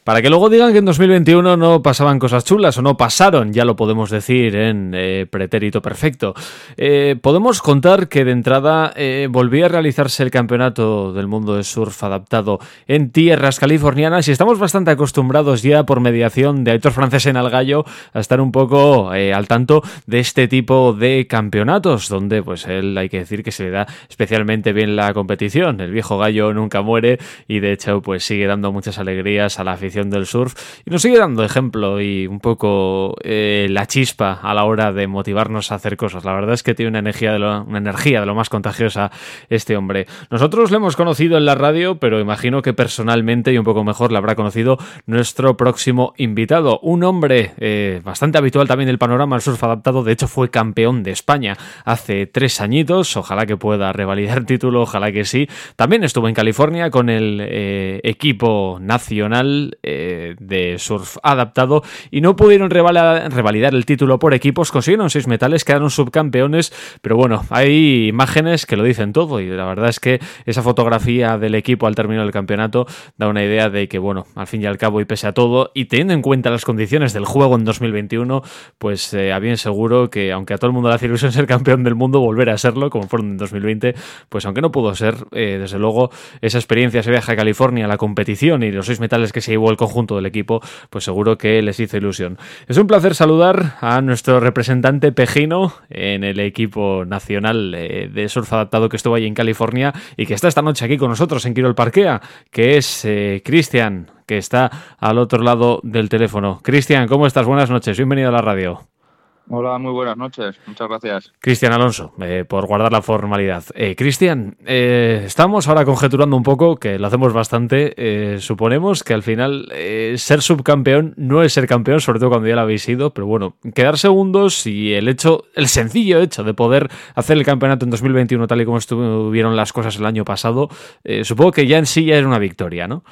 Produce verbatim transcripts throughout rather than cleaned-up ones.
Para que luego digan que en dos mil veintiuno no pasaban cosas chulas o no pasaron, ya lo podemos decir en eh, pretérito perfecto. Eh, podemos contar que de entrada eh, volvía a realizarse el campeonato del mundo de surf adaptado en tierras californianas y estamos bastante acostumbrados ya por mediación de Aitor Francés en Algallo a estar un poco eh, al tanto de este tipo de campeonatos, donde pues él hay que decir que se le da especialmente bien la competición. El viejo gallo nunca muere y de hecho pues sigue dando muchas alegrías a la afición del surf y nos sigue dando ejemplo y un poco eh, la chispa a la hora de motivarnos a hacer cosas. La verdad es que tiene una energía de lo, una energía de lo más contagiosa este hombre. Nosotros lo hemos conocido en la radio, pero imagino que personalmente y un poco mejor lo habrá conocido nuestro próximo invitado. Un hombre eh, bastante habitual también del panorama del surf adaptado. De hecho fue campeón de España hace tres añitos. Ojalá que pueda revalidar el título, ojalá que sí. También estuvo en California con el eh, equipo nacional Eh, de surf adaptado y no pudieron revalidar, revalidar el título por equipos, consiguieron seis metales, quedaron subcampeones, pero bueno, hay imágenes que lo dicen todo y la verdad es que esa fotografía del equipo al término del campeonato da una idea de que bueno, al fin y al cabo y pese a todo y teniendo en cuenta las condiciones del juego en dos mil veintiuno, pues eh, a bien seguro que aunque a todo el mundo le hace ilusión ser campeón del mundo, volver a serlo como fueron en dos mil veinte, pues aunque no pudo ser, eh, desde luego esa experiencia, ese viaje a California, la competición y los seis metales que se llevó el conjunto del equipo, pues seguro que les hizo ilusión. Es un placer saludar a nuestro representante pejino en el equipo nacional de surf adaptado que estuvo ahí en California y que está esta noche aquí con nosotros en Quirol Parkea, que es eh, Cristian, que está al otro lado del teléfono. Cristian, ¿cómo estás? Buenas noches, bienvenido a la radio. Hola, muy buenas noches, muchas gracias. Cristian Alonso, eh, por guardar la formalidad. Eh, Cristian, eh, estamos ahora conjeturando un poco, que lo hacemos bastante, eh, suponemos que al final eh, ser subcampeón no es ser campeón, sobre todo cuando ya lo habéis sido, pero bueno, quedar segundos y el hecho, el sencillo hecho de poder hacer el campeonato en dos mil veintiuno tal y como estuvieron las cosas el año pasado, eh, supongo que ya en sí ya era una victoria, ¿no?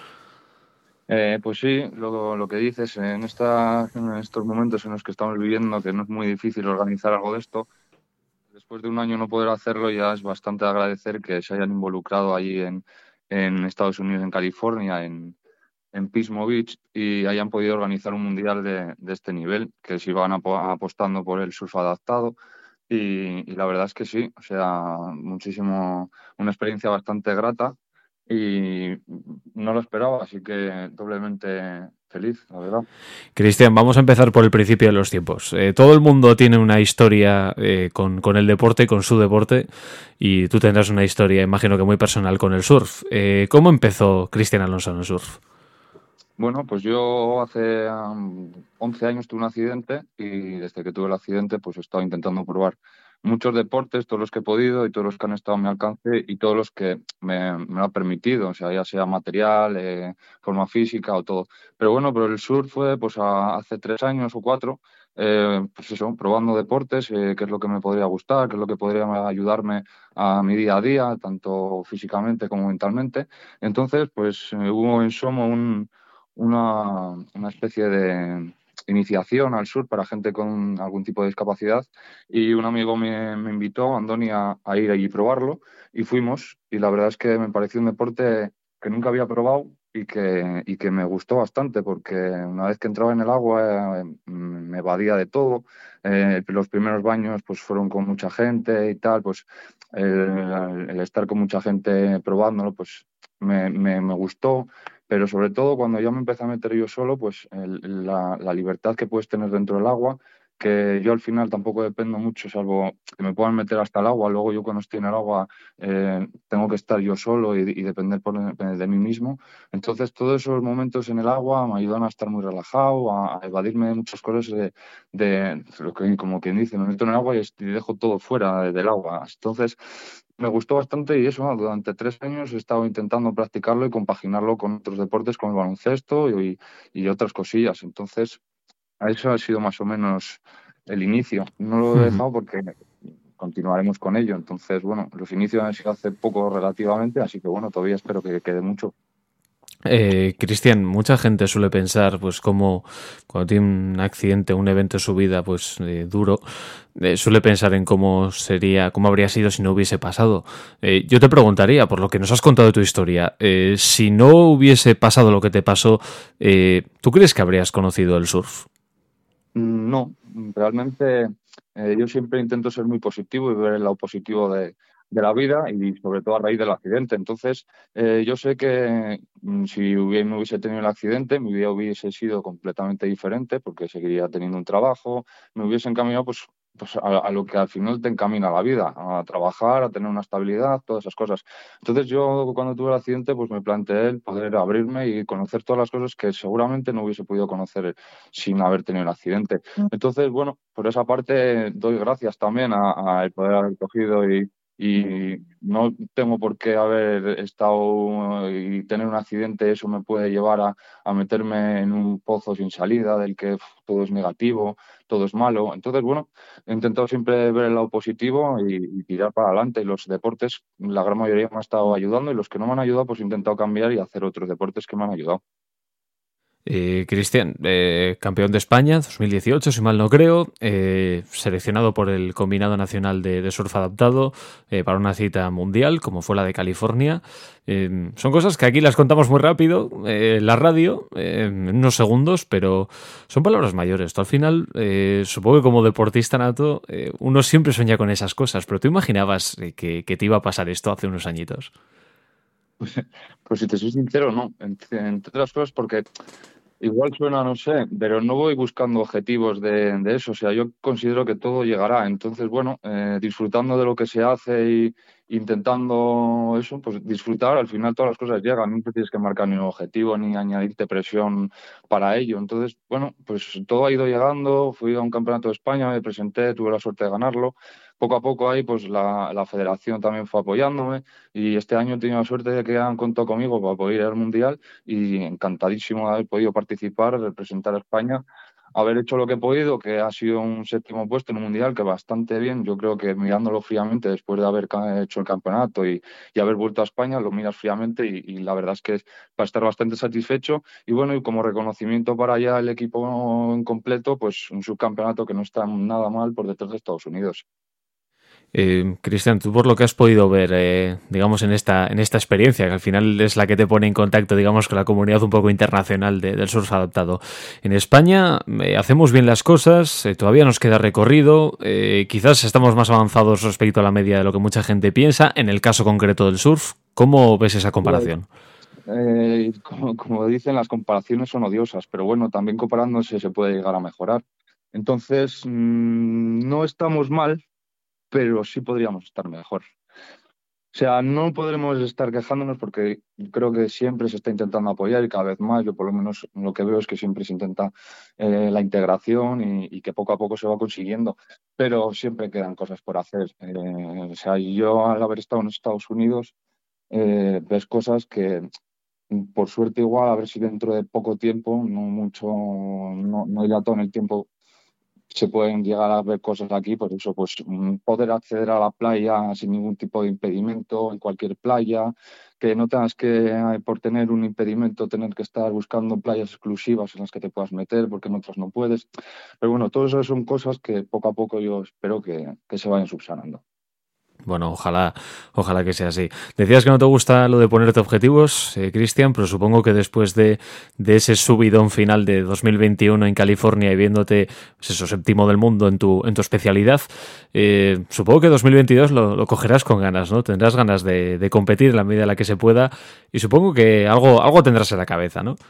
Eh, pues sí, lo, lo que dices, en, esta, en estos momentos en los que estamos viviendo, que no es muy difícil organizar algo de esto, después de un año no poder hacerlo ya es bastante agradecer que se hayan involucrado allí en, en Estados Unidos, en California, en, en Pismo Beach, y hayan podido organizar un mundial de, de este nivel, que se iban apo- apostando por el surf adaptado. Y, y la verdad es que sí, o sea, muchísimo, una experiencia bastante grata y no lo esperaba, así que doblemente feliz, la verdad. Cristian, vamos a empezar por el principio de los tiempos. Eh, todo el mundo tiene una historia eh, con, con el deporte, con su deporte, y tú tendrás una historia, imagino que muy personal, con el surf. Eh, ¿Cómo empezó Cristian Alonso en el surf? Bueno, pues yo hace um, once años tuve un accidente y desde que tuve el accidente pues he estado intentando probar muchos deportes, todos los que he podido y todos los que han estado a mi alcance y todos los que me, me lo ha permitido, o sea, ya sea material, eh, forma física o todo. Pero bueno, pero el surf fue pues a- hace tres años o cuatro, eh, pues eso, probando deportes, eh, qué es lo que me podría gustar, qué es lo que podría ayudarme a mi día a día, tanto físicamente como mentalmente. Entonces, pues eh, hubo en Somo un una, una especie de iniciación al sur para gente con algún tipo de discapacidad y un amigo me, me invitó, Andoni, a, a ir allí y probarlo y fuimos y la verdad es que me pareció un deporte que nunca había probado y que, y que me gustó bastante porque una vez que entraba en el agua eh, me evadía de todo. Eh, los primeros baños pues fueron con mucha gente y tal, pues el, el estar con mucha gente probándolo pues me, me, me gustó, pero sobre todo cuando ya me empecé a meter yo solo, pues el- la, la libertad que puedes tener dentro del agua, que yo al final tampoco dependo mucho, salvo que me puedan meter hasta el agua, luego yo cuando estoy en el agua eh, tengo que estar yo solo y, y depender por- de mí mismo. Entonces todos esos momentos en el agua me ayudan a estar muy relajado, a, a evadirme de muchas cosas de, de lo que, como quien dice, me meto en el agua y, y dejo todo fuera de- del agua. Entonces me gustó bastante y eso, ¿no? Durante tres años he estado intentando practicarlo y compaginarlo con otros deportes como el baloncesto y, y otras cosillas. Entonces, a eso ha sido más o menos el inicio. No lo he dejado porque continuaremos con ello. Entonces, bueno, los inicios han sido hace poco relativamente, así que bueno, todavía espero que quede mucho. Eh, Cristian, mucha gente suele pensar, pues, como cuando tiene un accidente, un evento en su vida, pues, eh, duro, eh, suele pensar en cómo sería, cómo habría sido si no hubiese pasado. Eh, yo te preguntaría, por lo que nos has contado de tu historia, eh, si no hubiese pasado lo que te pasó, eh, ¿tú crees que habrías conocido el surf? Mm, No, realmente eh, yo siempre intento ser muy positivo y ver el lado positivo de, de la vida y sobre todo a raíz del accidente. Entonces, eh, yo sé que mm, si hubiera, no hubiese tenido el accidente, mi vida hubiese sido completamente diferente porque seguiría teniendo un trabajo, me hubiese encaminado pues, pues a, a lo que al final te encamina la vida, a trabajar, a tener una estabilidad, todas esas cosas. Entonces, yo cuando tuve el accidente, pues me planteé el poder abrirme y conocer todas las cosas que seguramente no hubiese podido conocer sin haber tenido el accidente. Entonces, bueno, por esa parte doy gracias también a, a el poder haber cogido y, y no tengo por qué haber estado y tener un accidente, eso me puede llevar a, a meterme en un pozo sin salida, del que uf, todo es negativo, todo es malo. Entonces, bueno, he intentado siempre ver el lado positivo y, y tirar para adelante. Y los deportes, la gran mayoría me ha estado ayudando y los que no me han ayudado, pues he intentado cambiar y hacer otros deportes que me han ayudado. Eh, Cristian, eh, campeón de España dos mil dieciocho, si mal no creo, eh, seleccionado por el Combinado Nacional de, de Surf Adaptado eh, para una cita mundial, como fue la de California. Eh, son cosas que aquí las contamos muy rápido eh, en la radio, eh, en unos segundos, pero son palabras mayores. Tú al final, eh, supongo que como deportista nato, eh, uno siempre sueña con esas cosas, pero tú imaginabas eh, que, que te iba a pasar esto hace unos añitos. Pues si te soy sincero, no. Entre, entre otras cosas porque igual suena, no sé, pero no voy buscando objetivos de, de eso. O sea, yo considero que todo llegará. Entonces, bueno, eh, disfrutando de lo que se hace y intentando eso, pues disfrutar, al final todas las cosas llegan. No te tienes que marcar ni un objetivo ni añadirte presión para ello. Entonces, bueno, pues todo ha ido llegando. Fui a un campeonato de España, me presenté, tuve la suerte de ganarlo. Poco a poco ahí, pues la, la federación también fue apoyándome y este año he tenido la suerte de que han contado conmigo para poder ir al Mundial y encantadísimo de haber podido participar, representar a España, haber hecho lo que he podido, que ha sido un séptimo puesto en un mundial, que bastante bien. Yo creo que mirándolo fríamente, después de haber ca- hecho el campeonato y, y haber vuelto a España, lo miras fríamente y, y la verdad es que es para estar bastante satisfecho. Y bueno, y como reconocimiento para ya el equipo en completo, pues un subcampeonato que no está nada mal por detrás de Estados Unidos. Eh, Cristian, tú por lo que has podido ver, eh, digamos, en esta, en esta experiencia, que al final es la que te pone en contacto, digamos, con la comunidad un poco internacional de- del surf adaptado. En España eh, hacemos bien las cosas, eh, todavía nos queda recorrido, eh, quizás estamos más avanzados respecto a la media de lo que mucha gente piensa, en el caso concreto del surf. ¿Cómo ves esa comparación? Eh, como, como dicen, las comparaciones son odiosas, pero bueno, también comparándose se puede llegar a mejorar. Entonces, mm, no estamos mal, pero sí podríamos estar mejor. O sea, no podremos estar quejándonos porque creo que siempre se está intentando apoyar y cada vez más, yo por lo menos lo que veo es que siempre se intenta eh, la integración y, y que poco a poco se va consiguiendo, pero siempre quedan cosas por hacer. Eh, o sea, yo al haber estado en Estados Unidos, eh, ves cosas que por suerte igual, a ver si dentro de poco tiempo, no mucho, no, no dilatado en el tiempo, se pueden llegar a ver cosas aquí, por eso pues mm, poder acceder a la playa sin ningún tipo de impedimento en cualquier playa, que no tengas que, eh, por tener un impedimento, tener que estar buscando playas exclusivas en las que te puedas meter, porque en otras no puedes. Pero bueno, todo eso son cosas que poco a poco yo espero que, que se vayan subsanando. Bueno, ojalá, ojalá que sea así. Decías que no te gusta lo de ponerte objetivos, eh, Cristian, pero supongo que después de, de ese subidón final de dos mil veintiuno en California y viéndote, pues eso, séptimo del mundo en tu, en tu especialidad, eh, supongo que dos mil veintidós lo, lo cogerás con ganas, ¿no? Tendrás ganas de, de competir en la medida en la que se pueda y supongo que algo, algo tendrás en la cabeza, ¿no?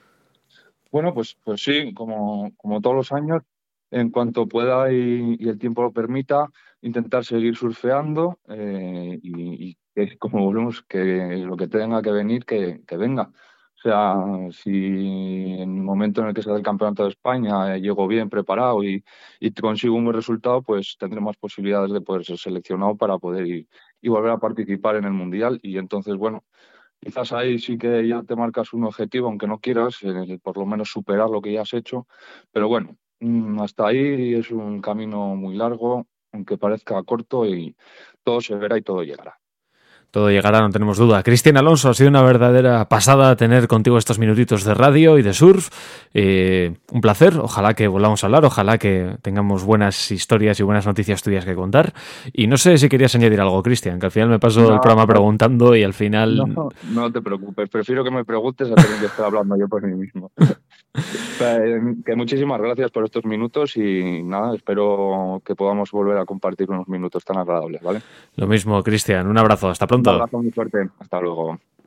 Bueno, pues, pues sí, como, como todos los años, en cuanto pueda y, y el tiempo lo permita, intentar seguir surfeando eh, y, y que, como volvemos, que lo que tenga que venir, que, que venga. O sea, si en el momento en el que sea el Campeonato de España eh, llego bien preparado y, y consigo un buen resultado, pues tendré más posibilidades de poder ser seleccionado para poder ir y volver a participar en el Mundial. Y entonces, bueno. Quizás ahí sí que ya te marcas un objetivo, aunque no quieras, eh, por lo menos superar lo que ya has hecho. Pero bueno, mm, hasta ahí es un camino muy largo, aunque parezca corto y todo se verá y todo llegará. Todo llegará, no tenemos duda. Cristian Alonso, ha sido una verdadera pasada tener contigo estos minutitos de radio y de surf. Eh, un placer, ojalá que volvamos a hablar, ojalá que tengamos buenas historias y buenas noticias tuyas que contar. Y no sé si querías añadir algo, Cristian, que al final me paso No, el programa no, preguntando y al final... no, no te preocupes, prefiero que me preguntes a tener que estar hablando yo por mí mismo. Que muchísimas gracias por estos minutos y nada, espero que podamos volver a compartir unos minutos tan agradables, ¿vale? Lo mismo, Cristian, un abrazo, hasta pronto. Un abrazo muy fuerte, hasta luego.